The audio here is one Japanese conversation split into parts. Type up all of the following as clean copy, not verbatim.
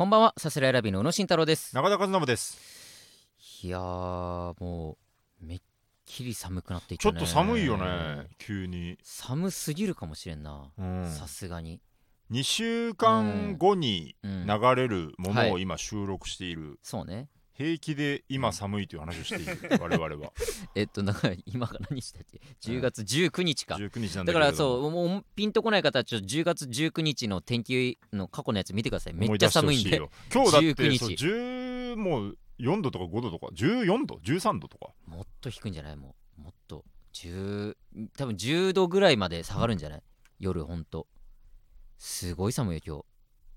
こんばんは、さすらいラビの宇野慎太郎です。 中田和信です。 いやー、もうめっきり寒くなっていっちょたね。 っと寒いよね、急に。 寒すぎるかもしれんな、さすがに。 2週う間ん後にうん流れるもはい、 のを今収録している。 そうね。 平気で今寒いという話をしている、我々は。 だから今が何したっけ、10 うん月19日か。 19日なんだからだけれども、 そうもうピンとこない方はちょっと10月19日の天気の過去のやつ見てください。めっちゃ思い出して寒いんで。 ほしいよ。今日だって 19日そう10もう4度とか5度とか14度13度とか。 もっと低いんじゃない？もっと10、多分10度ぐらいまで下がるんじゃない？夜ほんとすごい寒いよ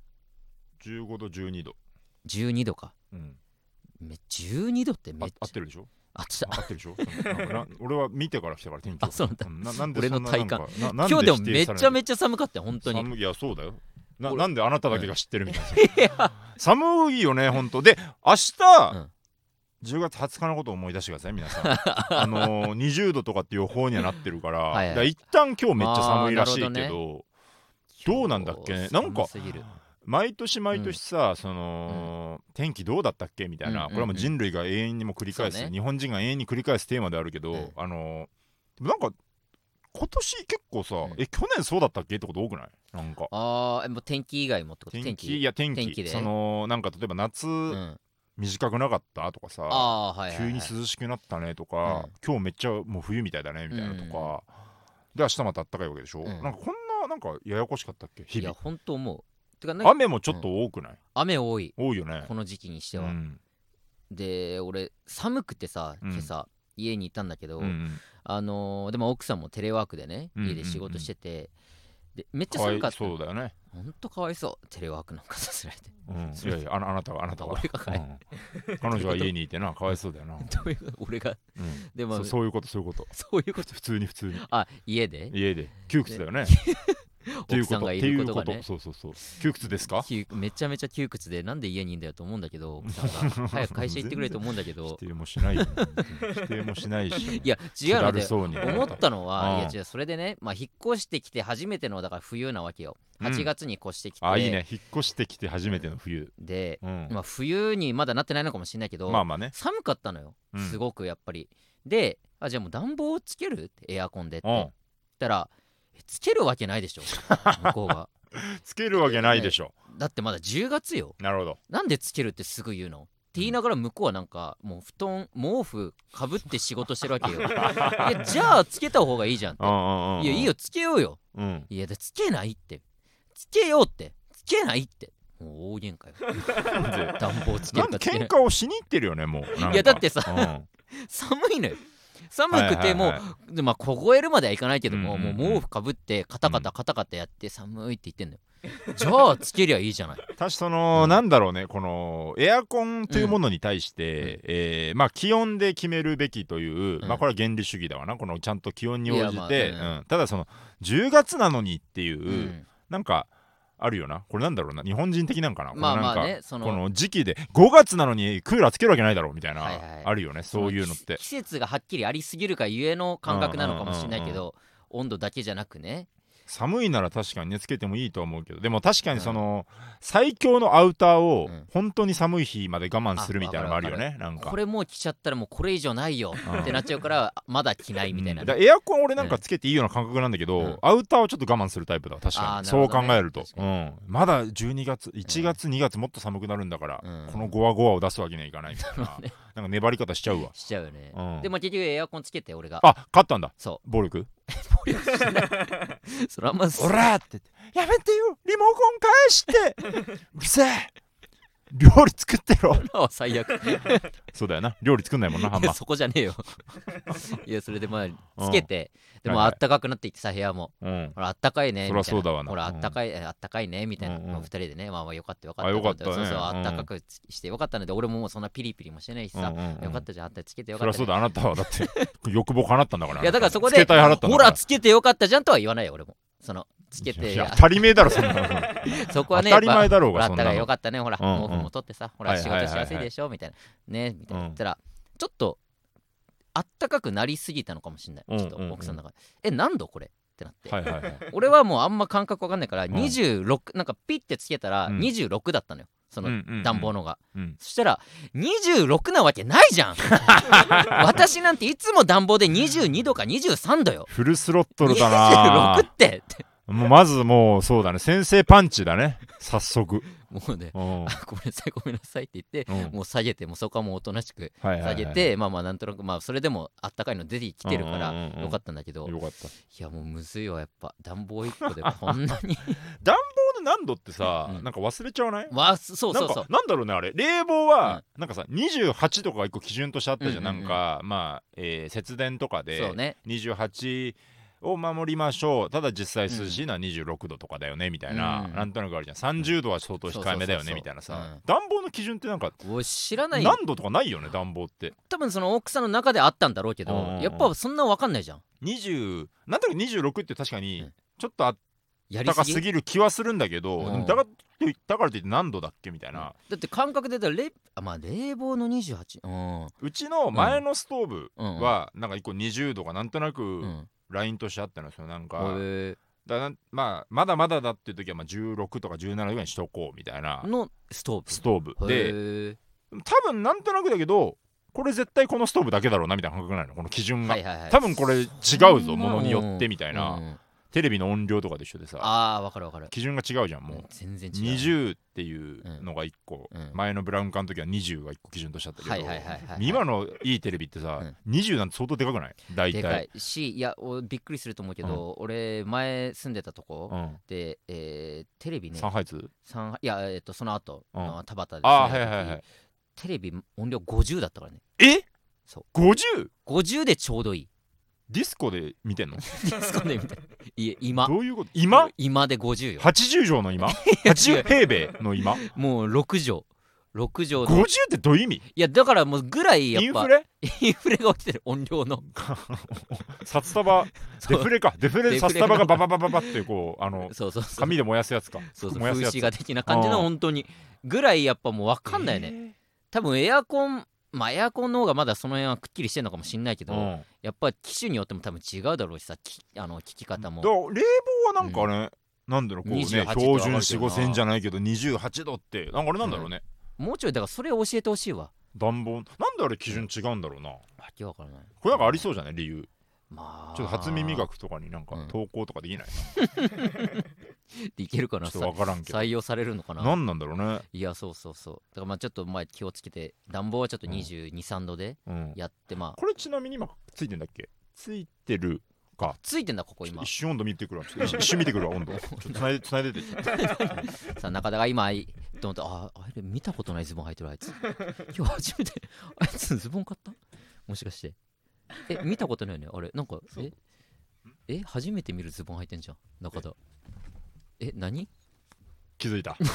15度12度。 今日。12度か。 うん 12度ってめっちゃ合ってるでしょ。 あっちゃ合ってるでしょ。俺は見てから来たから天気を。 あそうなんで俺のそんななんか体なん今日でも否定されないめちゃめちゃ寒かったよ本当に。 いやそうだよ。 俺なんであなただけが知ってるみたいな。 いや寒いよね本当で。明日、 うん 10月20日のことを思い出してください皆さん。20度とかって予報にはなってるからはいはいだから一旦今日めっちゃ寒いらしいけあーなるど、どうなんだっけね。なんか寒すぎる。 毎年毎年さ、天気どうだったっけみたいな、これはもう人類が永遠にも繰り返す、 そうね日本人が永遠に繰り返すテーマであるけど、でもなんか今年結構さ、去年そうだったっけってこと多くない？なんかもう天気以外もってこと？ 天気でなんか例えば夏、 うん短くなかったとかさ、 はいはいはい、 急に涼しくなったねとか、今日めっちゃもう冬みたいだねみたいなとか、で明日また暖かいわけでしょ、なんかこんななんかややこしかったっけ日々。 いや本当思う。てか雨もちょっと多くない？ 雨多いよねこの時期にしては。で俺寒くてさ今朝、家にいたんだけど、でも奥さんもテレワークでね家で仕事してて、でめっちゃ寒かった。 そうだよね。 ほんとかわいそう、テレワークなんかさせられて。 いやいや、あなたが俺がかい、 彼女は家にいてな、かわいそうだよな。 俺が、でもそういうことそういうこと普通に家で窮屈だよね。 奥さんがいることがね、 そう窮屈ですか？ めちゃめちゃ窮屈で、なんで家にいんだよと思うんだけど、奥さんが早く会社行ってくれと思うんだけど否定もしないよ否定もしないし、 いや違うので思思ったのは、いや違う、それでね、引っ越してきて初めてのだから冬なわけよ。8月に越してきて、 いいね、引っ越してきて初めての冬で、冬にまだなってないのかもしれないけど、寒かったのよすごくやっぱり。でじゃあもう暖房をつけるってエアコンでって言ったら、つけるわけないでしょ向こうがつけるわけないでしょ、 だってまだ10月よ。 なるほど。 なんでつけるってすぐ言うのって言いながら、向こうはなんかもう毛布かぶって仕事してるわけよ。いやじゃあつけた方がいいじゃんって。いやいいよつけようよ。いやでつけないって、つけようってつけないって、もう大喧嘩よ暖房つけるかつけない。 喧嘩をしに行ってるよねもう。 いやだってさ、寒いのよ。寒くてもう凍えるまではいかないけども、もう毛布かぶってカタカタやって寒いって言ってんのよ。じゃあつけりゃいいじゃない。 確かなんだろうね、このエアコンというものに対して、気温で決めるべきという、これは原理主義だわな。このちゃんと気温に応じて、ただその10月なのにっていう、なんかあるよな。これなんだろうな、日本人的なんかな。この時期で5月なのにクーラーつけるわけないだろうみたいな、あるよね、そういうのって。 季節がはっきりありすぎるかゆえの感覚なのかもしれないけど、温度だけじゃなくね。 寒いなら確かにねつけてもいいとは思うけど、でも確かに最強のアウターを本当に寒い日まで我慢するみたいなのもあるよね。なんかこれもう着ちゃったらもうこれ以上ないよってなっちゃうからまだ着ないみたいな、 エアコン俺なんかつけていいような感覚なんだけど、アウターはちょっと我慢するタイプだ。確かにそう考えると、まだ12月1月2月もっと寒くなるんだから、このゴワゴワを出すわけにはいかないみたいななんか粘り方しちゃうわ。 しちゃうよね、でも結局エアコンつけて俺が勝ったんだ。 そう暴力暴力しないそれはまずオラーってやめてよリモコン返してうるせえ料理作ってろ最悪そうだよな、料理作んないもんなあんま。 そこじゃねえよいやそれでつけて、でもあったかくなっていってさ部屋も、ほらあったかいねみたいな。 そりゃそうだわな。 ほらあったかいねみたいな、2人でね、よかったよかったね。 そうそう、あったかくしてよかったので、俺ももうそんなピリピリもしてないしさ、よかったじゃん、あったつけてよかった。 そりゃそうだ、あなたはだって欲望かなったんだから。 いやだからそこでほらつけてよかったじゃんとは言わないよ俺も。つけて当たり前だろそんなそこはね当たり前だろうが、 そんなのよかったね、ほら毛布も取ってさ、ほら仕事しやすいでしょみたいなねみたいな言ったら、ちょっとあったかくなりすぎたのかもしれない。ちょっと奥さんの中で何度これってなって、俺はもうあんま感覚わかんないから26、なんかピッてつけたら26だったのよ。 その暖房のが、そしたら26なわけないじゃん私なんていつも暖房で22度か23度よ。 フルスロットルだな。 26ってもうまずもうそうだね、先制パンチだね早速。 もうね、ごめんなさいごめんなさいって言って、もう下げて、もうそこはもうおとなしく下げて、まあまあなんとなく、まあそれでもあったかいの出てきてるからよかったんだけど、 よかった。いやもうむずいわ、やっぱ暖房1個でこんなに暖房の何度ってさ、なんか忘れちゃわない？ そうそうそう。 なんだろうね、あれ冷房はなんかさ28とかが1個基準としてあったじゃん。なんかまあ節電とかで28を守りましょう、ただ実際涼しいのは26度とかだよねみたいな、なんとなくあるじゃん。30度は相当控えめだよねみたいなさ。暖房の基準ってなんか知らない、 何度とかないよね暖房って。 多分その大きさの中であったんだろうけど、やっぱそんな分かんないじゃん。なんとなく26って確かにちょっとあったかすぎる気はするんだけど、だからといって何度だっけみたいな。 だって感覚で言ったら冷房の28、 うちの前のストーブはなんか1個20度がなんとなくラインとしてあったんですよ。なんかまあまだまだだっていう時は16とか17ぐらいにしとこうみたいなのストーブで、多分なんとなくだけどこれ絶対このストーブだけだろうなみたいな感覚ないの、この基準が。多分これ違うぞものによってみたいな。テレビの音量とかで一緒でさ、 分かる分かる、 基準が違うじゃん。もう全然違う。20っていうのが1個、前のブラウン管の時は20が1個基準としてあったけど、今のいいテレビってさ、20なんて相当でかくない？大体でかいし、いやびっくりすると思うけど、俺前住んでたとこでテレビね、 3ハイツ、 いやその後田畑でテレビ音量50だったからね。そう 50？50 でちょうどいい。 ディスコで見てんの？ ディスコで見ていや今どういうこと？ 今で50よ。 80畳の今80平米の今もう6畳の 50ってどういう意味？ いやだからもうぐらいやっぱインフレが起きてる、音量の札束デフレ札束がバババババってこう紙で燃やすやつか。 風刺画的な感じの本当にぐらいやっぱもう分かんないね。多分エアコンの方がまだその辺はくっきりしてんのかもしんないけど、やっぱ機種によっても多分違うだろうしさ、聞き方も。 冷房はなんかね、なんだろう、こうね、標準4、5千じゃないけど28度ってなんかあれなんだろうね。 もうちょいだからそれを教えてほしいわ。 暖房なんであれ基準違うんだろうな。わけわからない。 これなんかありそうじゃない理由。ちょっと初耳学とかになんか投稿とかできないできるかな。 ちょっと分からんけど採用されるのかな。 何なんだろうね。 いやそうだからちょっと気をつけて、暖房はちょっと22、3度でやって、これちなみに今ついてんだっけ？ついてるか。 ついてんだここ今。 一瞬温度見てくるわ。一瞬見てくるわ温度。ちょっとつないでてさあ中田が今と思って、あれ見たことないズボン履いてるあいつ今日初めてあいつズボン買った？もしかして見たことないよねあれ。なんか初めて見るズボン履いてんじゃん中田。何？ 気づいた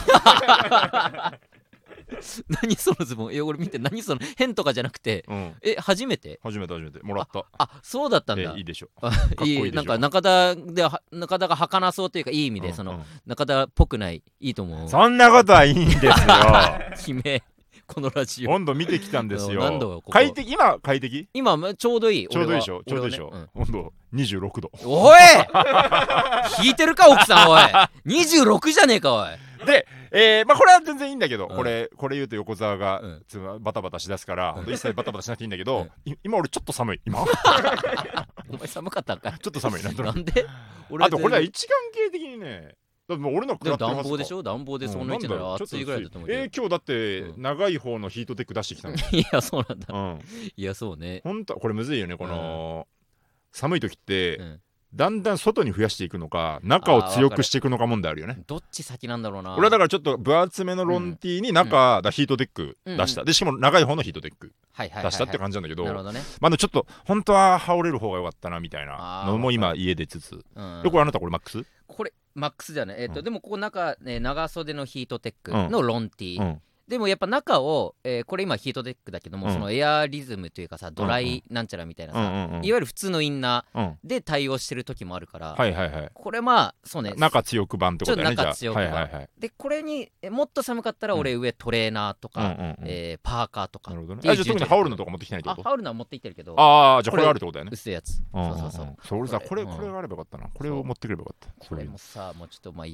何そのズボン？俺見て、何その変とかじゃなくて、初めてもらった。 そうだったんだ。 いいでしょ。 かっこいいでしょ。なんか中田が儚そうというか、いい意味でその中田っぽくない、いいと思う。 そんなことはいいんですよ悲鳴。このラジオ温度見てきたんですよ。 快適？今ちょうどいい。 ちょうどいいでしょ。温度26度。 おい引いてるか奥さん。おい26じゃねえかおい。 でこれは全然いいんだけど、これ言うと横澤がバタバタしだすから一切バタバタしなくていいんだけど、今俺ちょっと寒い。今お前寒かったんかい。 ちょっと寒い。 なんで？ あとこれは位置関係的にね、だってもう俺の食らってますか。 暖房でしょ。暖房でそんな位置なら暑いぐらいだと思うけど。 今日だって長い方のヒートテック出してきたの。 いやそうなんだ。いやそうね。 本当これむずいよね。この寒い時ってだんだん外に増やしていくのか中を強くしていくのか問題あるよね。 どっち先なんだろうな。 俺はだからちょっと分厚めのロンティーに中ヒートテック出した。でしかも長い方のヒートテック出したって感じなんだけど、ちょっと本当は羽織れる方が良かったなみたいなのも今家でつつ。これあなたこれマックス？これマックスじゃない。でもここ長袖のヒートテックのロンティー。でもやっぱ中を、これ今ヒートテックだけども、そのエアリズムというかさ、ドライなんちゃらみたいなさ、いわゆる普通のインナーで対応してる時もあるから、これそうね、 中強く版ってことだね。 中強く版で、これにもっと寒かったら俺上トレーナーとかパーカーとか。 なるほどね。じゃあ特に羽織るのとか持ってきてないってこと？ 羽織るのは持ってきてるけど、 じゃあこれあるってことだよね。 薄いやつ。そう俺さこれがあればよかったな。これを持ってくればよかった。 これもさもうちょっといいや。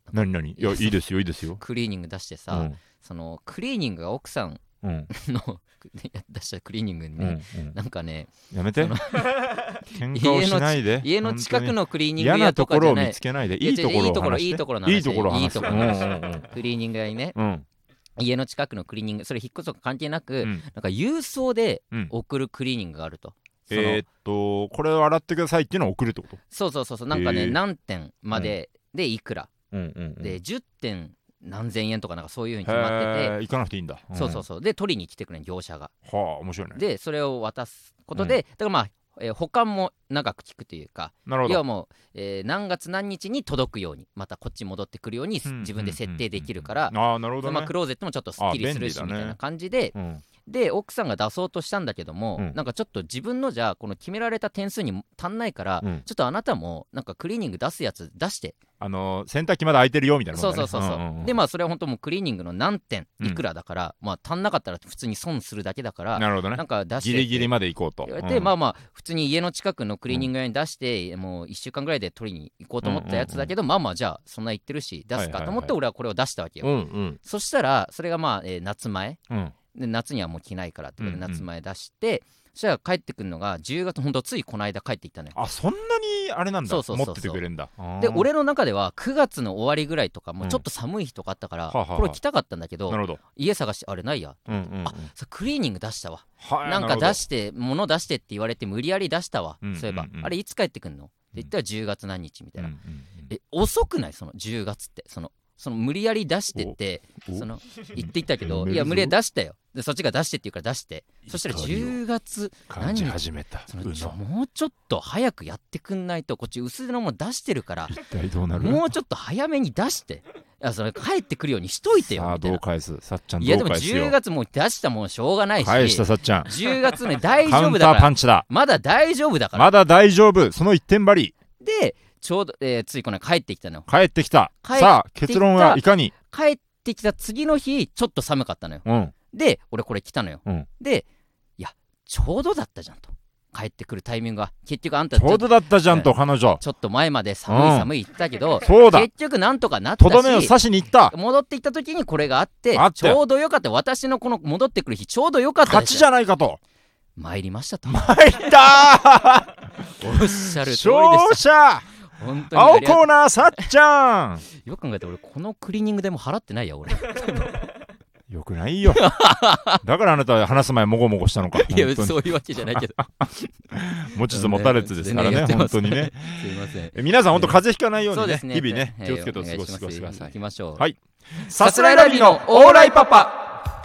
何いやいいですよいいですよ。 クリーニング出してさ、そのクリーニングが奥さんの出したクリーニングにね、なんかねやめて喧嘩をしないで。 家の近くのクリーニング嫌な屋とかじゃない、 ところを見つけないで、いいところを話して。 いいところの話、 いいところを話して。 クリーニング屋にね、家の近くのクリーニング、それ引っ越すとか関係なく、なんか郵送で送るクリーニングがあると。 これを洗ってくださいっていうのを送るってこと？ そうなんかね、何点まででいくらで10点何千円とかなんかそういう風に決まってて、 行かなくていいんだ。 そうで取りに来てくれん業者が。 はあ、面白いね。 でそれを渡すことで、だからまあ保管も長く効くというか、要はもう、何月何日に届くように、またこっち戻ってくるように自分で設定できるから、 なるほどね。 クローゼットもちょっとすっきりするしみたいな感じで、で奥さんが出そうとしたんだけども、なんかちょっと自分のじゃあこの決められた点数に足んないから、ちょっとあなたもなんかクリーニング出すやつ出して、 洗濯機まだ空いてるよみたいなもんだね。 そうでまあそれは本当もうクリーニングの何点いくらだから、まあ足んなかったら普通に損するだけだから、 なるほどね。 なんか出してギリギリまで行こうと言われて、まあ普通に家の近くのクリーニング屋に出して、もう1週間ぐらいで取りに行こうと思ったやつだけど、まあじゃあそんな言ってるし出すかと思って俺はこれを出したわけよ。そしたらそれがまあ、夏前、で夏にはもう着ないからってことで夏前出して、そしたら帰ってくるのが10月、ほんとついこの間帰ってきたのよ。 あ、そんなにあれなんだ。持っててくれるんだ。 で俺の中では9月の終わりぐらいとかもうちょっと寒い日とかあったから、これ着たかったんだけど、家探してあれないや、クリーニング出したわ、なんか出して物出してって言われて無理やり出したわ、そういえばあれいつ帰ってくんのって言ったら10月何日みたいな。遅くない？その10月ってその無理やり出してって言っていったけど、いや無理やり出したよ。でそっちが出してって言うから出して、そしたら10月感じ始めた。 もうちょっと早くやってくんないと、こっち薄手のも出してるから一体どうなる？ もうちょっと早めに出して、それ帰ってくるようにしといてよみたいな。 さあどう返す？さっちゃんどう返すよ。 いやでも10月もう出したもんしょうがないし、 返したさっちゃん 10月ね大丈夫だから、 カウンターパンチだ。 まだ大丈夫だから、 まだ大丈夫。その一点張りでちょうど、ついこの帰ってきたのよ。 帰ってきた。さあ結論はいかに？ 帰ってきた次の日ちょっと寒かったのよ、で俺これ来たのよ、でいやちょうどだったじゃんと、帰ってくるタイミングは結局あんたちょうどだったじゃんと、彼女ちょっと前まで寒い言ったけど、 そうだ、 結局なんとかなったし、 とどめを刺しに行った。 戻っていった時にこれがあってちょうどよかった。私のこの戻ってくる日ちょうどよかったでしょ。 勝ちじゃないかと。 参りましたと。 参ったおっしゃる通りでした。 勝者本当に青コーナーさっちゃんよく考えて俺このクリーニングでも払ってないや俺よくないよだからあなたは話す前もごもごしたのか。 いやそういうわけじゃないけど持ちつ持たれつですからね本当にね。 すいません。 皆さん本当風邪ひかないようにね日々ね気をつけてお過ごしください。 行きましょう。 はい、さすらいラビのオーライパパ。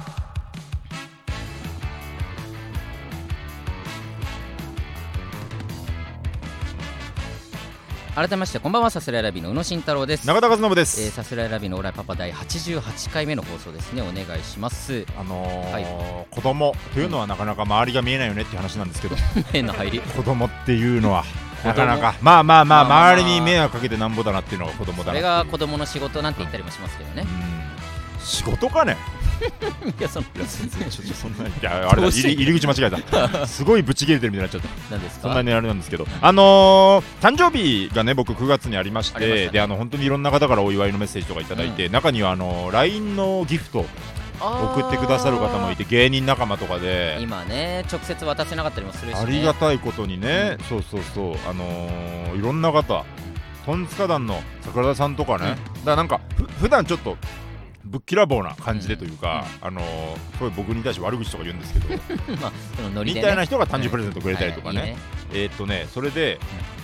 改めましてこんばんは、さすらいラビの宇野慎太郎です。 中田和信です。 さすらいラビのオーライパパ第88回目の放送ですね。お願いします。 子供というのはなかなか周りが見えないよねっていう話なんですけど変な入り。 子供っていうのはなかなかまあ周りに迷惑かけてなんぼだなっていうのが子供だな。 それが子供の仕事なんて言ったりもしますけどね。 仕事かねいや全然ちょっとそんな、いやあれだ入り口間違えたすごいブチ切れてるみたいになっちゃった。 何ですか？ そんなにあれなんですけど、誕生日がね僕9月にありまして、で本当にいろんな方からお祝いのメッセージとかいただいて、中にはLINE のギフト送ってくださる方もいて、芸人仲間とかで今ね直接渡せなかったりもするし、ね、 ありがたいことにね、そういろんな方、トンツカ団の桜田さんとかね、だからなんか普段ちょっとぶっきらぼうな感じでというか、すごい僕に対して悪口とか言うんですけどみたいな人が誕生日プレゼントくれたりとかね、それで、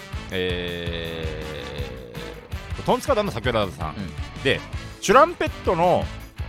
トンツカ団の桜田さん、でチュランペットの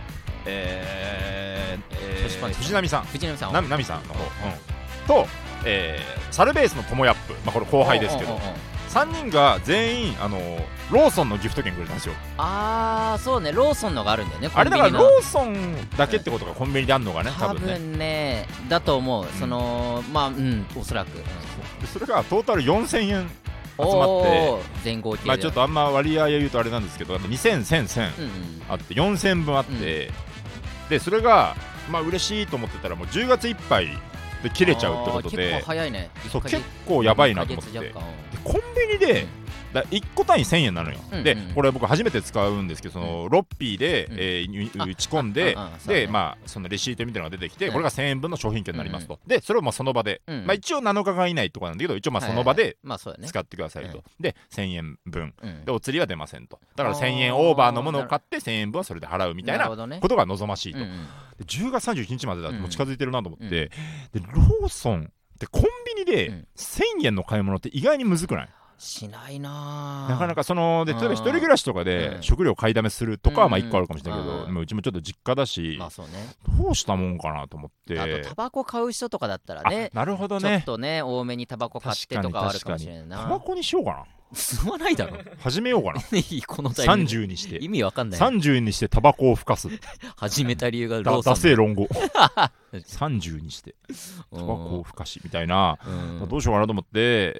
藤波さんナミさんの方、と、サルベースのトモヤップ、これ後輩ですけど、3人が全員ローソンのギフト券くれたんですよ。 そうね、ローソンのがあるんだよね。 あれだからローソンだけってことがコンビニであるのがね、 多分ねだと思う。おそらく、 それがトータル4000円集まって、 全合計でちょっとあんま割合言うとあれなんですけど、2000、1000、1000あって4000分あって、でそれが嬉しいと思ってたらもう10月いっぱいで切れちゃうってことで、 結構早いね。 そう結構やばいなと思って、でコンビニでだ1個単位1000円なのよ、でこれ僕初めて使うんですけど、そのロッピーで、打ち込んで、でまあそのレシートみたいなのが出てきて、これが1000円分の商品券になりますと、でそれをまあその場で、まあ一応7日間以内とかなんだけど、一応まあその場で使ってくださいと、で1000円分でお釣りは出ませんと、だから1000円オーバーのものを買って1000円分はそれで払うみたいなことが望ましいと、で10月31日までだともう近づいてるなと思って、でローソンでコンビニで1000円の買い物って意外にむずくない？ しないななかなかそので、例えば一人暮らしとかで食料買いだめするとかはまあ1個あるかもしれないけど、でもうちもちょっと実家だし、 まあそうね、 どうしたもんかなと思って。 あとタバコ買う人とかだったらね、 なるほどね、 ちょっとね多めにタバコ買ってとかはあるかもしれないな。 タバコにしようかな、 吸わないだろ始めようかなこのタイミング 30にして意味わかんない、 30にしてタバコをふかす始めた理由がローソンダセー論語30にしてタバコをふかしみたいな、どうしようかなと思って、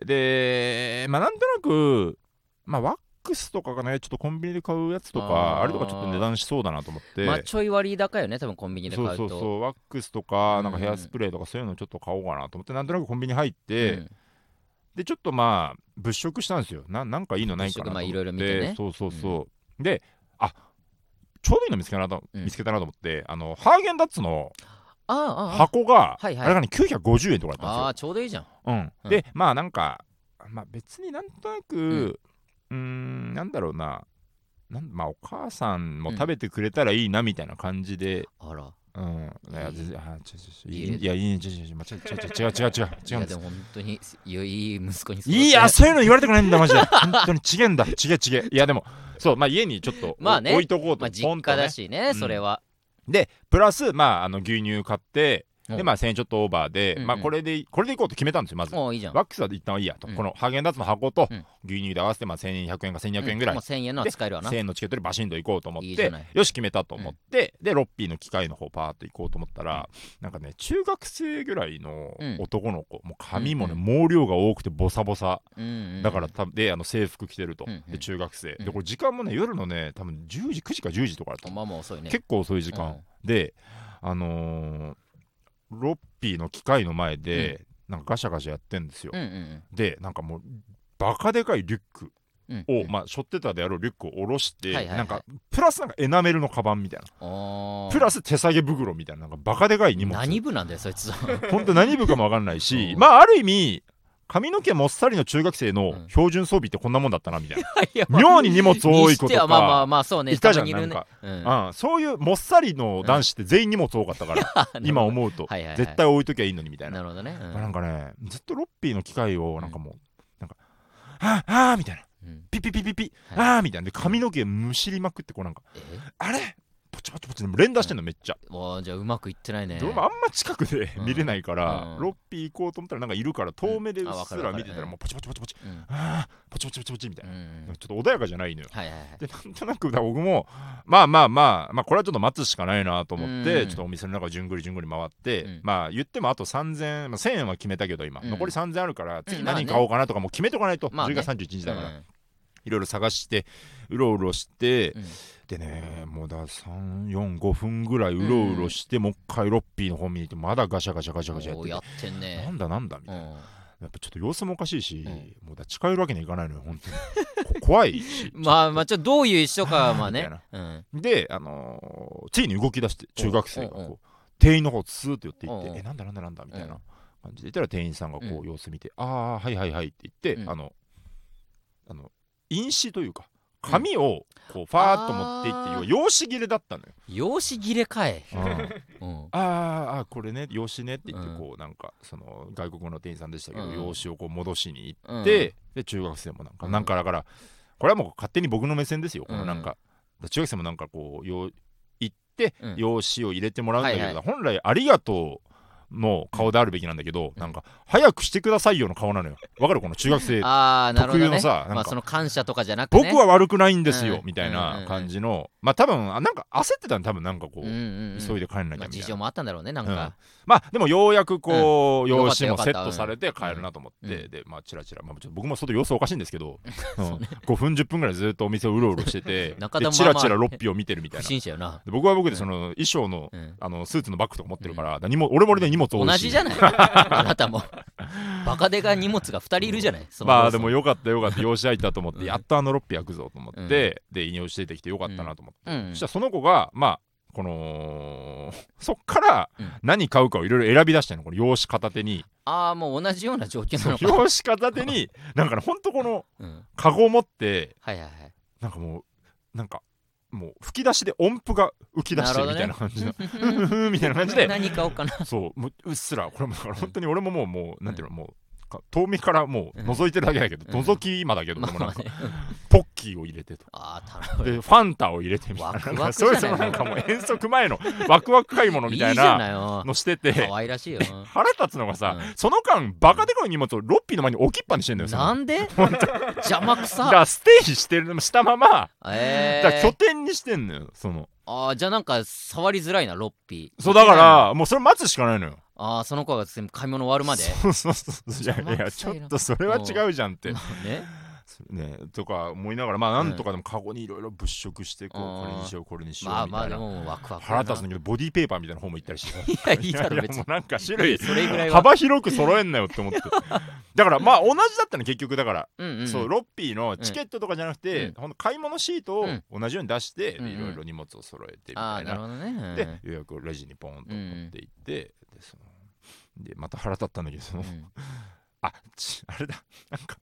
でまあなんとなくまあワックスとかがねちょっとコンビニで買うやつとかあれとかちょっと値段しそうだなと思って、 まあちょい割高よね多分コンビニで買うと、 そうワックスとかなんかヘアスプレーとかそういうのちょっと買おうかなと思って、なんとなくコンビニ入って、でちょっとまあ物色したんですよ、なんかいいのないかなと思って、 いろいろ見てね、 でちょうどいいの見つけたなと思って、ハーゲンダッツの箱があれがね950円とかだったんですよ。 ちょうどいいじゃん、でまあなんかまあ別になんとなくなんだろうな、まあお母さんも食べてくれたらいいなみたいな感じで、いや違う違うでも本当にいい息子にいやそういうの言われたくないんだマジで本当に違うんだ違ういやでもそうまあ家にちょっと置いとこうと、 実家だしねそれは。 でプラスまあ牛乳買ってでまあ1000円ちょっとオーバーで、まあこれでいこうと決めたんですよまず。 いいじゃん、 ワックスは一旦はいいやと、このハーゲンダッツの箱と牛乳で合わせてまあ1100円か1200円ぐらい、 1000円のは使えるわな、 1000円のチケットでバシンと行こうと思ってよし決めたと思って、でロッピーの機械の方パーッと行こうと思ったら、なんかね中学生ぐらいの男の子、もう髪もね毛量が多くてボサボサだからで制服着てると、で中学生でこれ時間もね夜のね多分10時9時か10時とかだった、 まあまあ遅いね、 結構遅い時間でロッピーの機械の前でなんかガシャガシャやってんですよ、でなんかもうバカでかいリュックをまあ背負ってたであろうリュックを下ろして、なんかプラスなんかエナメルのカバンみたいな、プラス手提げ袋みたいな、なんかバカでかい荷物、 何部なんだよそいつほんと何部かも分かんないしまあある意味髪の毛もっさりの中学生の標準装備ってこんなもんだったなみたいな妙に荷物多い子とかいたじゃん、なんかそういうもっさりの男子って全員荷物多かったから今思うと絶対置いときゃいいのにみたいな、なんかねずっとロッピーの機械をなんかもうなんかあーみたいなピピピピピあーみたいなで髪の毛むしりまくってこうなんかあれポチポチポチで連打してんのめっちゃ、 じゃあうまくいってないね。 でもあんま近くで見れないから、ロッピー行こうと思ったらなんかいるから遠目でうっすら見てたらもうポチポチポチポチ、ポチポチポチポチみたいな、ちょっと穏やかじゃないのよ。でなんとなく僕もまあこれはちょっと待つしかないなと思ってちょっとお店の中をじゅんぐりじゅんぐり回ってまあ言ってもあと3000、1000円は決めたけど今残り3000あるから次何買おうかなとかもう決めとかないと10月31日だから。いろいろ探してうろうろして、でねもうだ345分ぐらいうろうろして、もう一回ロッピーの方見に行ってまだガシャガシャガシャガシャやってんね、なんだみたいな、やっぱちょっと様子もおかしいし、もうだ近寄るわけにはいかないのよ本当に怖いしまあちょっとどういう一緒かはねでついに動き出して中学生がこう店員の方スーッと寄っていってなんだみたいな感じで言ったら店員さんがこう様子見てはいはいはいって言って印紙というか紙をこうファーッと持っていって用紙切れだったのよ。 用紙切れかいこれね用紙ねって言ってこうなんかその外国の店員さんでしたけど用紙をこう戻しに行ってで中学生もなんかだからこれはもう勝手に僕の目線ですよ。このなんか中学生もなんかこう行って用紙を入れてもらうんだけど本来ありがとうの顔であるべきなんだけど、なんか早くしてくださいよの顔なのよ。わかるこの中学生特有のさ、 その感謝とかじゃなくて僕は悪くないんですよみたいな感じの、まあ多分なんか焦ってたの多分なんかこう急いで帰んなきゃみたいな事情もあったんだろうねなんか。 まあでもようやくこう用紙もセットされて帰るなと思ってでまあチラチラ僕も外様子おかしいんですけど5分10分ぐらいずっとお店をうろうろしててチラチラロッピーを見てるみたいな。僕は僕でその衣装のスーツのバッグとか持ってるから俺もで荷物多いし同じじゃないあなたもバカでか荷物が2人いるじゃない。 まあでもよかった養子入ったと思ってやっとロッピー開くぞと思ってで引用しててきてよかったなと思ってそしたらその子がまあそっから何買うかをいろいろ選び出したのこの用紙片手に。 もう同じような条件なのか。 用紙片手になんかねほんとこのカゴを持ってなんかもう吹き出しで音符が浮き出してるみたいな感じのみたいな感じで何買おうかな。 そうもううっすらこれもだから本当に俺ももうなんていうのもう遠目からもう覗いてるだけだけど覗き今だけどもなんかポッキーを入れてとでファンタを入れてみたいなそういうなんかもう遠足前のワクワク買い物みたいなのしてて可愛らしいよ。 腹立つのがさその間バカでかい荷物をロッピーの前に置きっぱにしてんだよ。 なんで邪魔くさ。 だからステージしたままだから拠点にしてんのよじゃあなんか触りづらいなロッピー。 そうだからもうそれ待つしかないのよ。 その子が買い物終わるまで。 そういやちょっとそれは違うじゃんってねとか思いながらまあなんとかでもカゴにいろいろ物色してこれにしようこれにしようみたいな。腹立つんだけどボディーペーパーみたいな本も行ったりしていやいいだろ別に。 もうなんか種類幅広く揃えんなよって思ってだからまあ同じだったの結局だからそうロッピーのチケットとかじゃなくてほんと買い物シートを同じように出していろいろ荷物を揃えてみたいなで予約をレジにポンと持っていってでまた腹立ったんだけどあれだなんか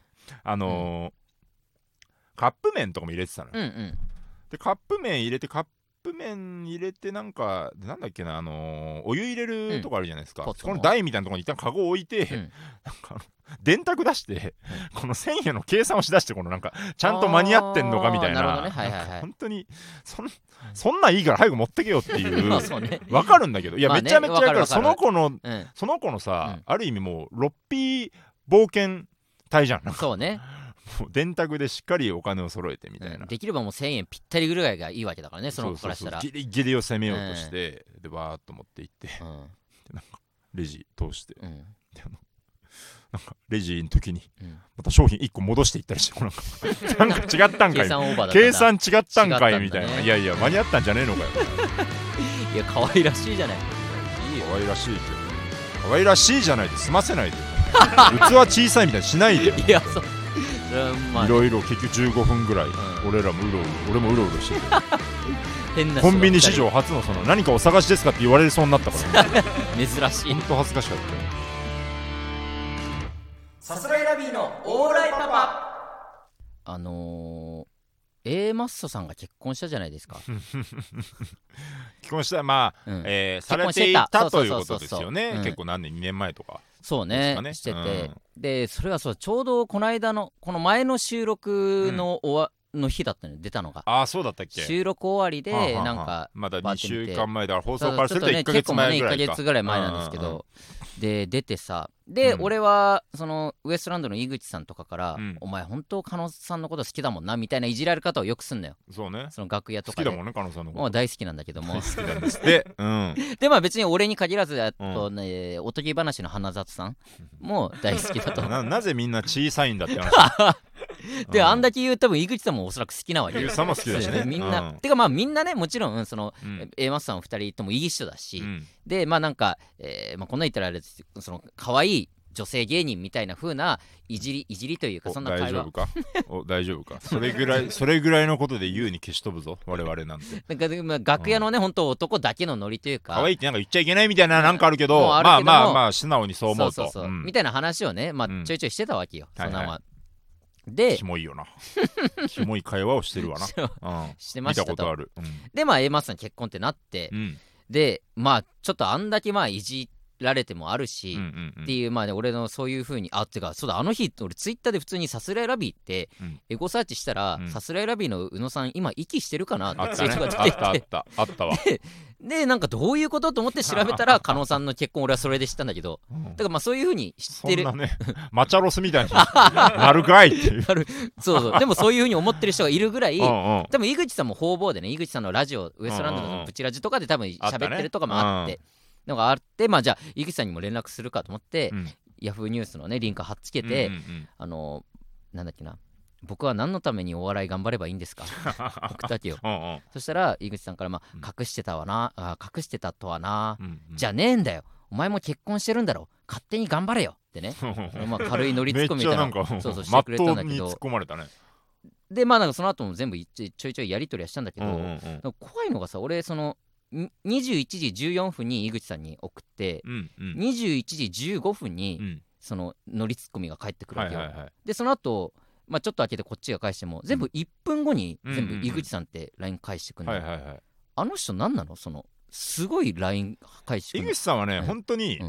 カップ麺とかも入れてたのよ。でカップ麺入れてなんだっけなお湯入れるとこあるじゃないですか。この台みたいなところに一旦カゴを置いてなんか電卓出してこの1000円の計算をしだしてこのなんかちゃんと間に合ってんのかみたいな本当にそんなんいいから早く持ってけよっていうわかるんだけどいやめちゃめちゃだからその子のさある意味もうロッピー冒険隊じゃん。 そうね電卓でしっかりお金を揃えてみたいな、 できればもう1000円ぴったりぐらいがいいわけだからねその子からしたら。 ギリギリを攻めようとして、でバーッと持っていって、でなんかレジ通して、でなんかレジの時にまた商品1個戻していったりしてなんか違ったんかい計算違ったんかいみたいな。いやいや間に合ったんじゃねえのかよいや可愛らしいじゃない。 いいよ可愛らしいけど可愛らしいじゃないで済ませないで器小さいみたいにしないでよ。 いやそういろいろ結局15分ぐらい俺もうろうろしてて変なコンビニ史上初の何かお探しですかって言われそうになったから珍しい。 ほんと恥ずかしかったよ。 さすらいラビーのオーライパパ。A マッソさんが結婚したじゃないですか。 結婚したまあ、されていたということですよね。結構何年2年前とかそうねしてて、でそれがちょうどこの間のこの前の収録の日だったのよ出たのが。 そうだったっけ。 収録終わりでなんかまだ2週間前だから放送からすると1ヶ月前ぐらいか。 1ヶ月ぐらい前なんですけどで出てさで俺はそのウエストランドの井口さんとかからお前本当加納さんのこと好きだもんなみたいないじられ方をよくすんのよ。 そうねその楽屋とかで好きだもんね加納さんのこと。 もう大好きなんだけども大好きなんですってでまあ別に俺に限らずおとぎ話の花里さんも大好きだとなぜみんな小さいんだって話であんだけ言う多分井口さんもおそらく好きなわけ。 井口さんも好きだしねみんなてかまあみんなねもちろんその A マスさん2人ともいい人だしでまあなんかこんな言ったらあれですその可愛い女性芸人みたいな風ないじりというかそんな会話大丈夫かそれぐらいのことで優に消し飛ぶぞ我々なんて。 なんか楽屋のね本当男だけのノリというか可愛いってなんか言っちゃいけないみたいななんかあるけどまあ素直にそう思うとみたいな話をねまあちょいちょいしてたわけよそんなまでキモいよなキモい会話をしてるわなしてましたと。 見たことあるでまあ A マスさん結婚ってなってでまあちょっとあんだけまあいじられてもあるしっていうまあ俺のそういう風にってかそうだあの日俺ツイッターで普通にさすらいラビーってエゴサーチしたらさすらいラビーの宇野さん今息してるかなってツイートが出ててあったわでなんかどういうことと思って調べたら加納さんの結婚俺はそれで知ったんだけどだからまあそういう風に知ってるそんなねマチャロスみたいになるかいっていうそうでもそういう風に思ってる人がいるぐらい多分井口さんも方々でね井口さんのラジオウエストランドのプチラジとかで多分喋ってるとかもあってのがあってまあじゃあ井口さんにも連絡するかと思ってヤフーニュースのねリンク貼っつけてなんだっけな僕は何のためにお笑い頑張ればいいんですか送ったわけよそしたら井口さんから隠してたとはなじゃねえんだよお前も結婚してるんだろ勝手に頑張れよってねまあ軽いノリツッコミみたいなめっちゃなんかそうしてくれたんだけど、 真っ当に突っ込まれたね。 でまあなんかその後も全部ちょいちょいやり取りはしたんだけど、怖いのがさ、俺その21時14分に井口さんに送って、21時15分にそのノリツッコミが返ってくるわけよ。でその後まあちょっと開けてこっちが返しても全部1分後に全部井口さんって LINE 返してくるんだよ。あの人何なの、そのすごい LINE 返してくる。 井口さんはね、本当に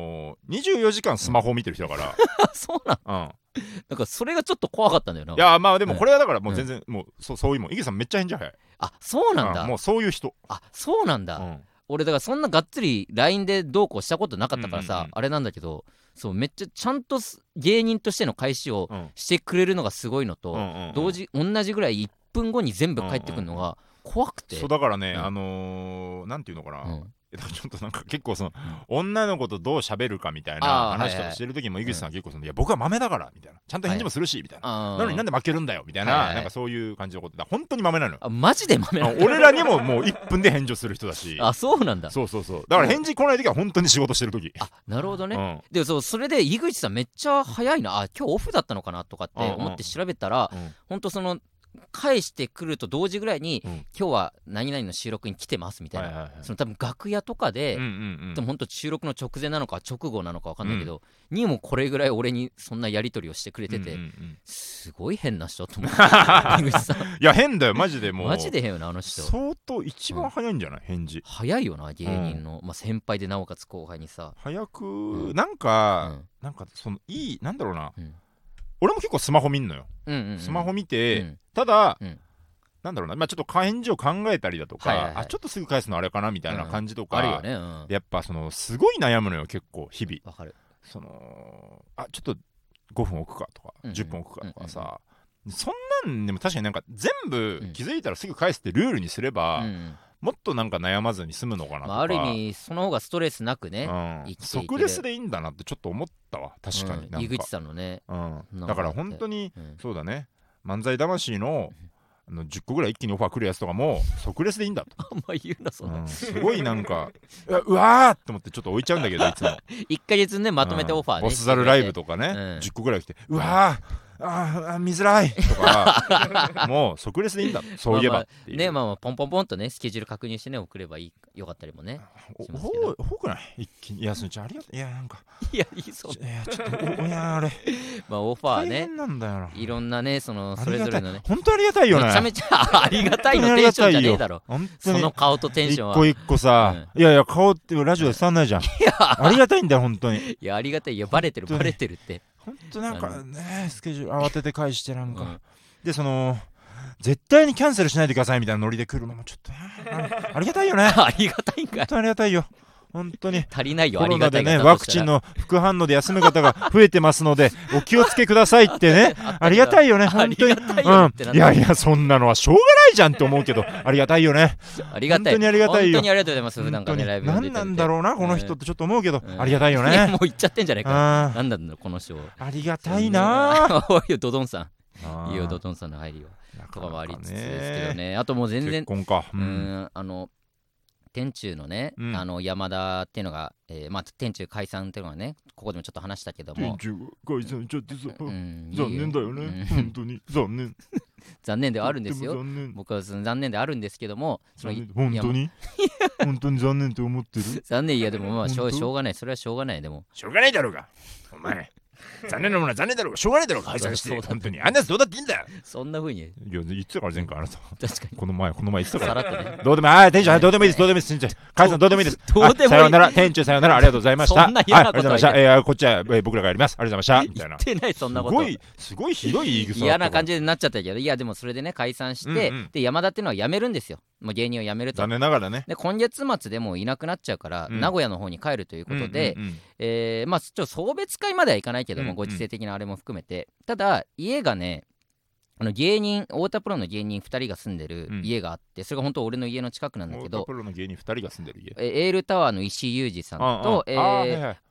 24時間スマホを見てる人だから。 そうなの。なんかそれがちょっと怖かったんだよな。 いやまあでもこれはだからもう全然もうそういうもん。井口さんめっちゃ返事早い。 あ、そうなんだ。 もうそういう人。 あ、そうなんだ。俺だからそんながっつり LINE でどうこうしたことなかったからさ、あれなんだけど、そうめっちゃちゃんと芸人としての返しをしてくれるのがすごいのと、同じぐらい1分後に全部返ってくるのが怖くて。 そうだからね、なんていうのかな、ちょっとなんか結構その、女の子とどう喋るかみたいな話とかしてる時も井口さんは結構その、いや僕は豆だからみたいな、ちゃんと返事もするしみたいな、なのになんで負けるんだよみたいな、なんかそういう感じのことだ。本当に豆なのよ。 あ、マジで豆なの。 俺らにももう1分で返事をする人だし。 あ、そうなんだ。 そうだから返事来ない時は本当に仕事してる時。 あ、なるほどね。でもそれで井口さんめっちゃ早いな、あ、今日オフだったのかなとかって思って調べたら、本当その返してくると同時ぐらいに、今日は何々の収録に来てますみたいな、その多分楽屋とかで、でも本当収録の直前なのか直後なのか分かんないけど、にもこれぐらい俺にそんなやり取りをしてくれてて、すごい変な人と思って井口さん。 いや変だよマジで。もうマジで変よなあの人。 相当一番早いんじゃない、返事。 早いよな芸人の、まあ先輩でなおかつ後輩にさ早く、なんかそのいい、なんだろうな、俺も結構スマホ見んのよ。スマホ見て、ただ、なんだろうな、まあちょっと返事を考えたりだとか、あ、ちょっとすぐ返すのあれかなみたいな感じとか、 あるよね。 やっぱそのすごい悩むのよ結構日々。 わかる。 そのちょっと5分置くかとか、10分置くかとかさ、そんなんでも確かになんか全部気づいたらすぐ返すってルールにすれば、もっとなんか悩まずに済むのかなとか、 ある意味その方がストレスなくね、 即レスでいいんだなってちょっと思ったわ。確かになんか、 井口さんのね、 だから本当に、そうだね、漫才魂の10個ぐらい一気にオファー来るやつとかも即レスでいいんだと。 あんま言うなそんな、 すごいなんかうわーって思ってちょっと置いちゃうんだけどいつも 1ヶ月ねまとめてオファーね、 ボスザルライブとかね、10個ぐらい来てうわー見づらいとかもう即レスでいいんだそういえばっていう。 ね、まあポンポンポンとねスケジュール確認してね送ればよかったりもね。 多くない一気に。いやそれじゃありがとう。いやなんかいやいいそう。 いやちょっといやあれまあオファーね大変なんだよな。 いろんなねそのそれぞれのね本当ありがたいよね。 めちゃめちゃありがたいのテンションじゃねえだろその顔とテンションは。 一個一個さ、いや顔ってラジオで伝わんないじゃん。ありがたいんだよ本当に。 いやありがたい。いやバレてるってほんとなんかねスケジュール慌てて返してなんか、でその絶対にキャンセルしないでくださいみたいなノリで来るのもちょっとありがたいよね。 ありがたいんかい。 本当ありがたいよ本当に。 足りないよ。 コロナでねワクチンの副反応で休む方が増えてますのでお気をつけくださいってねありがたいよね本当に。いやいやそんなのはしょうがないじゃんって思うけどありがたいよね。 ありがたい。 本当にありがたいよ。 本当にありがとうございます。普段からねライブ何なんだろうなこの人ってちょっと思うけど、ありがたいよね。 もう言っちゃってんじゃないか。なんだろうこの人。 ありがたいな。 おいよドドンさん。いいよドドンさんの入りをとかもありつつですけどね。あともう全然結婚か。 天中のね、山田っていうのが、まあ天中解散っていうのがねここでもちょっと話したけども、 天中解散ちょっとさ、残念だよね、本当に残念残念ではあるんですよ。僕は残念であるんですけども、 本当に本当に残念って思ってる。 残念。いやでもまあしょうがない。それはしょうがない。でもしょうがないだろうがお前残念なものは残念だろうがしょうがないだろうが解散して本当にあんなやつどうだっていいんだよ。 そんな風に。いや言ってたから前回あなた確かにこの前言ってたからさらっとねどうでもテンションどうでもいいですどうでもいいです店長解散どうでもいいですどうでもいい。 さよなら店長さよならありがとうございました。 そんな嫌なことはありがとうございました。こっちは僕らがやりますありがとうございましたみたいな。 言ってないそんなこと。 すごいひどい言い草嫌な感じになっちゃったけど、いやでもそれでね解散してで山田っていうのは辞めるんですよ。もう芸人を辞めると。 残念ながらね。 で今月末でもういなくなっちゃうから名古屋の方に帰るということで、まあちょっと送別会まではいかないけどもご時世的なあれも含めて、ただ家がね芸人太田プロの芸人2人が住んでる家があって、それが本当俺の家の近くなんだけど、 太田プロの芸人2人が住んでる家、 エールタワーの石井裕二さんと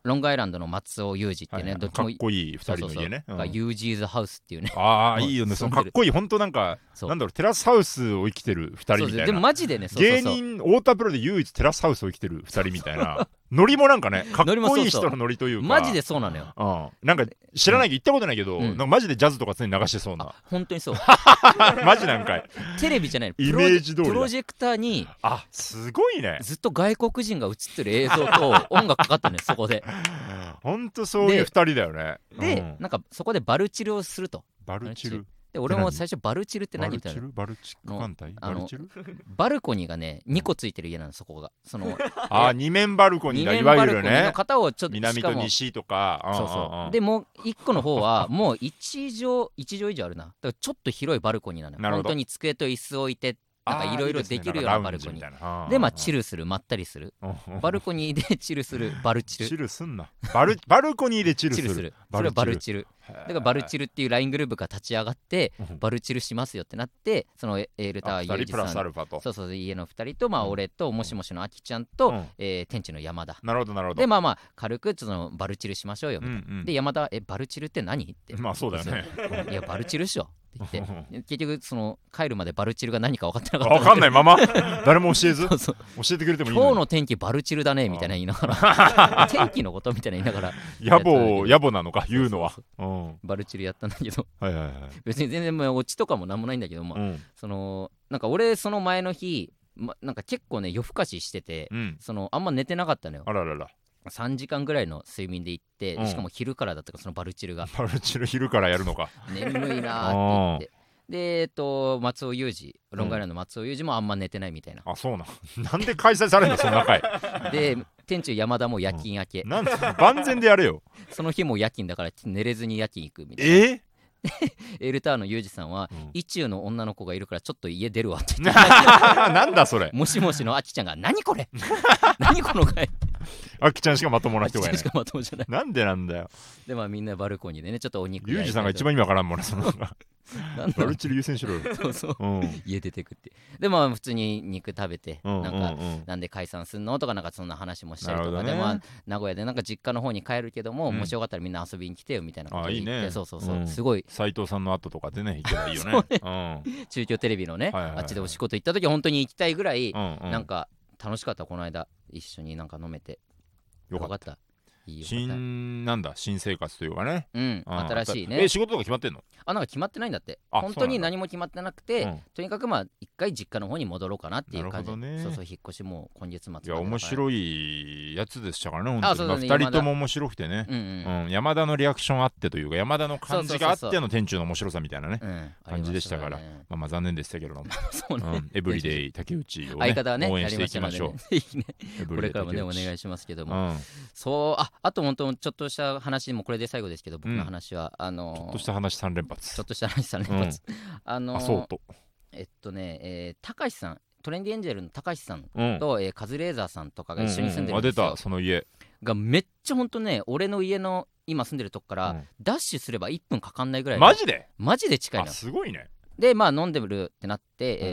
ロングアイランドの松尾裕二ってね、どっちもかっこいい2人の家ね。 ユージーズハウスっていうね。 ああいいよね、そのかっこいい、ほんとなんかなんだろう、テラスハウスを生きてる2人みたいな。 でもマジでね、 芸人太田プロで唯一テラスハウスを生きてる2人みたいなノリもなんかね、かっこいい人のノリというか、 マジでそうなのよ。 なんか知らないけど行ったことないけど、なんかマジでジャズとか常に流してそうな。 本当にそうマジなんかい。 テレビじゃない、 イメージ通りだ。 プロジェクターにすごいね、 ずっと外国人が映ってる映像と音楽かかってるねそこで。 ほんとそういう2人だよね。 で、なんかそこでバルチルをすると。 バルチルで俺も最初バルチルって何みたいな。 バルチル艦隊、 バルコニーがね2個ついてる家なの、そこが。その二面バルコニーだ、いわゆるね。 の方をちょっと南と西とか。 そうそう。でもう1個の方はもう1畳以上あるな。だからちょっと広いバルコニーなのよ。本当に机と椅子置いてなんかいろいろできるようなバルコニーで、まあチルする、まったりする、バルコニーでチルする、バルチル。 チルすんな、バルコニーでチルする、 それはバルチルだからバルチルっていう LINE グループが立ち上がってバルチルしますよってなって、そのエールタワーユージさん、そうそう、家の2人と、まあ俺ともしもしのあきちゃんと店長の山田。 なるほどなるほど。 でまあ軽くそのバルチルしましょうよみたいな。で山田バルチルって何って。 まあそうだよね。 いやバルチルっしょって言って結局その帰るまでバルチルが何か分かってなかった。 分かんないまま誰も教えず教えてくれてもいいのに、 今日の天気バルチルだねみたいな言いながら天気のことみたいな言いながら野暮なのか言うのは。 バルチルやったんだけど、別に全然オチとかもなんもないんだけど、そのなんか俺その前の日なんか結構ね夜更かししてて、そのあんま寝てなかったのよ。 あららら。 3時間ぐらいの睡眠で行って、しかも昼からだったから、そのバルチルが昼からやるのか。 眠いなーって言ってで松尾裕二、ロングアイランドの松尾裕二もあんま寝てないみたいな。 あ、そうなんで開催されるのそんな回で店長山田も夜勤明け、 なんで万全でやれよその日も夜勤だから寝れずに夜勤行くみたいな。エルターのユージさんは、意中の女の子がいるからちょっと家出るわって言ってなんだそれ。 もしもしのあきちゃんが何これ何この回あきちゃんしかまともな人がいない。 しかまともじゃない。 なんでなんだよ。 でまあみんなバルコニーでねちょっとお肉ユージさんが一番意味わからんもんねそのバルチル優先しろよ。 そうそう、家出てくって。でまあ普通に肉食べて、なんかなんで解散すんのとかなんかそんな話もしたりとかで、まあ名古屋でなんか実家の方に帰るけども、もしよかったらみんな遊びに来てよみたいなこと言って、そうそうそう、すごい斉藤さんの後とかでね行けばいいよね。 中京テレビのねあっちでお仕事行った時は本当に行きたいぐらいなんか楽しかった。この間一緒になんか飲めてよかった。 新生活というかね、 新しいね。 仕事とか決まってんの？ なんか決まってないんだって。本当に何も決まってなくて、とにかくまあ一回実家の方に戻ろうかなっていう感じ。そうそう、引っ越しも今月末まで。 いや面白いやつでしたからね、本当に。2人とも面白くてね、山田のリアクションあってというか山田の感じがあっての店長の面白さみたいなね感じでしたから、まあ残念でしたけれども、エブリデイ竹内を応援していきましょう。 これからもねお願いしますけども、そうあと本当ちょっとした話もこれで最後ですけど、僕の話はちょっとした話3連発。 ちょっとした話3連発。 そうと高橋さん、トレンディエンジェルの高橋さんとカズレーザーさんとかが一緒に住んでるんですよ。 出たその家がめっちゃ本当ね、俺の家の今住んでるとこからダッシュすれば1分かかんないぐらい。 マジで近いの。 すごいね。 でまあ飲んでるってなって、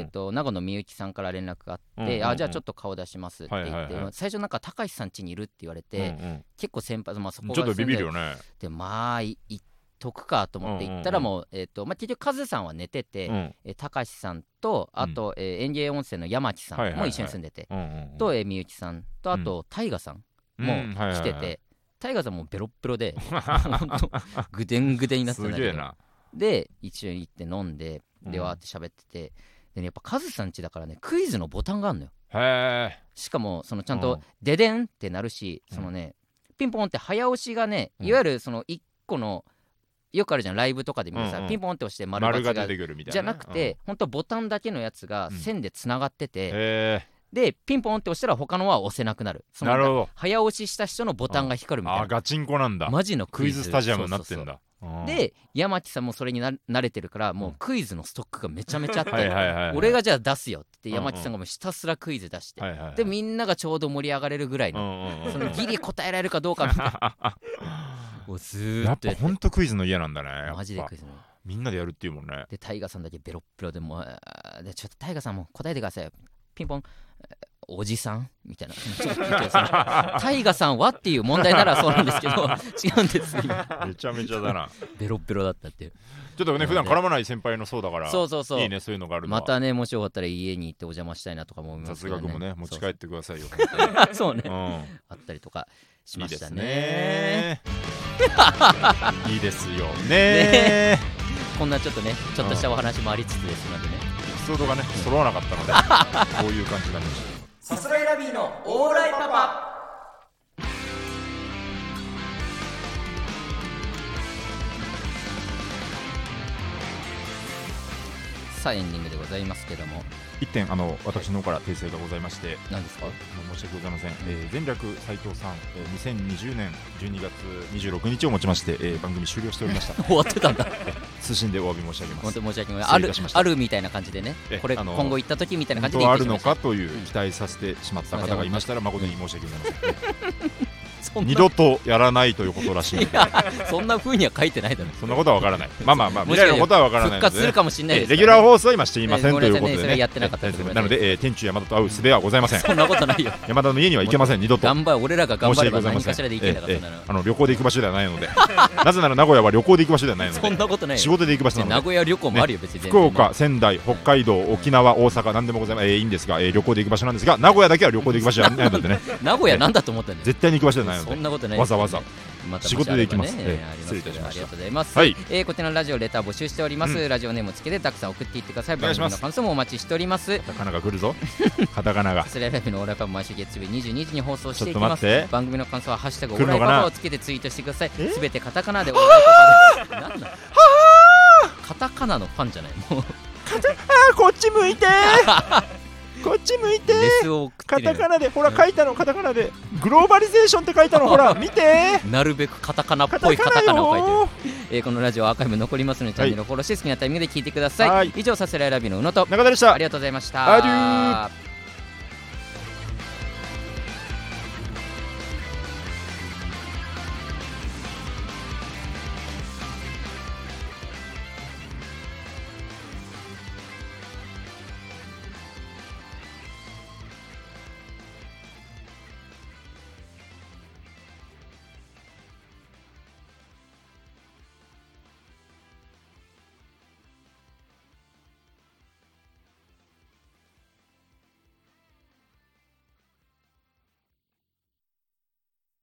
長野みゆきさんから連絡があって、じゃあちょっと顔出しますって言って、最初なんか高橋さん家にいるって言われて、結構先輩、そこがちょっとビビるよね。 でまあ行っとくかと思って行ったらもう、結局カズさんは寝てて、高橋さんとあと、園芸温泉の山木さんも一緒に住んでて、とみゆきさんとあと大河さんも来てて、大河さんもベロッベロでぐでんぐでんになってたんだけど、で一緒に行って飲んでわーって喋ってて、でねやっぱカズさん家だからねクイズのボタンがあるのよ。しかもそのちゃんとデデンってなるし、そのねピンポンって早押しがね、いわゆるその1個のよくあるじゃんライブとかで見るさ、ピンポンって押して丸が出てくるみたいなじゃなくて、ほんとボタンだけのやつが線でつながってて、でピンポンって押したら他のは押せなくなる。 なるほど。 早押しした人のボタンが光るみたいな。 ガチンコなんだ。 マジのクイズスタジアムになってんだ。 で山木さんもそれに慣れてるからもうクイズのストックがめちゃめちゃあって、俺がじゃあ出すよって山木さんがもうひたすらクイズ出して、でみんながちょうど盛り上がれるぐらいの、そのギリ答えられるかどうかみたいなもうずーっとやっぱほんとクイズの嫌なんだね。 マジでクイズのみんなでやるっていうもんね。 でタイガーさんだけベロッベロでもでちょっとタイガーさんも答えてくださいよ、ピンポンおじさんみたいなタイガさんはっていう問題ならそうなんですけど違うんですよ。 めちゃめちゃだな。 ベロベロだったっていう。 ちょっとね普段絡まない先輩のそうだから、 そういいねそういうのがあるのは。 またねもしよかったら家に行ってお邪魔したいなとかも思いますけどね。 雑学もね持ち帰ってくださいよ。 そうね、あったりとかしましたね。 いいですよね。 こんなちょっとしたお話もありつつですのでね、 エピソードがね揃わなかったのでこういう感じになりました。 さすらいラビーのオーライパパ。さあエンディングでございますけども、 一点私の方から訂正がございまして。 何ですか？ 申し訳ございません。前略斉藤さん、2020年12月26日をもちまして、番組終了しておりました。 終わってたんだ。 通信でお詫び申し上げます。 本当に申し訳ない。あるみたいな感じでね、これ今後行った時みたいな感じで本当はあるのかという期待させてしまった方がいましたら誠に申し訳ございません。二度とやらないということらしいので。 そんな風には書いてないだろ。 そんなことはわからない。まあ未来のことはわからないので、 復活するかもしれないです。 レギュラー放送は今していませんということでね。 やってなかったです。 なので天中山田と会う術はございません。 そんなことないよ。 山田の家には行けません。二度と。 俺らが頑張れば何かしらで行けなかったな。 旅行で行く場所ではないので。なぜなら名古屋は旅行で行く場所ではないので。 そんなことない。 仕事で行く場所なので。 名古屋旅行もあるよ別に。 福岡、仙台、北海道、沖縄、大阪何でもございます。いいんですが、旅行で行く場所なんですが、名古屋だけは旅行で行く場所ではないのでね。 名古屋なんだと思ったんです。 絶対に行く場所ではないので。 そんなことない。 わざわざ。仕事で行きます。 失礼いたしました。ありがとうございます。 はい。 こちらのラジオレター募集しております。ラジオネームつけてたくさん送っていってください。番組の感想もお待ちしております。 カタカナが来るぞ。カタカナが。 スライライブのオーライパパ毎週月曜日22時に放送していきます。番組の感想はハッシュタグオーライパパをつけてツイートしてください。すべてカタカナでオーライパパです。なんだ。カタカナのファンじゃないもう。 こっち向いて。こっち向いて。カタカナでほら書いたの、カタカナでグローバリゼーションって書いたの、ほら見て。 なるべくカタカナっぽいカタカナを書いてる。このラジオアーカイブ残りますのでチャンネルフォローして好きなタイミングで聞いてください。以上さすらいラビの宇野と中田でした。 ありがとうございました。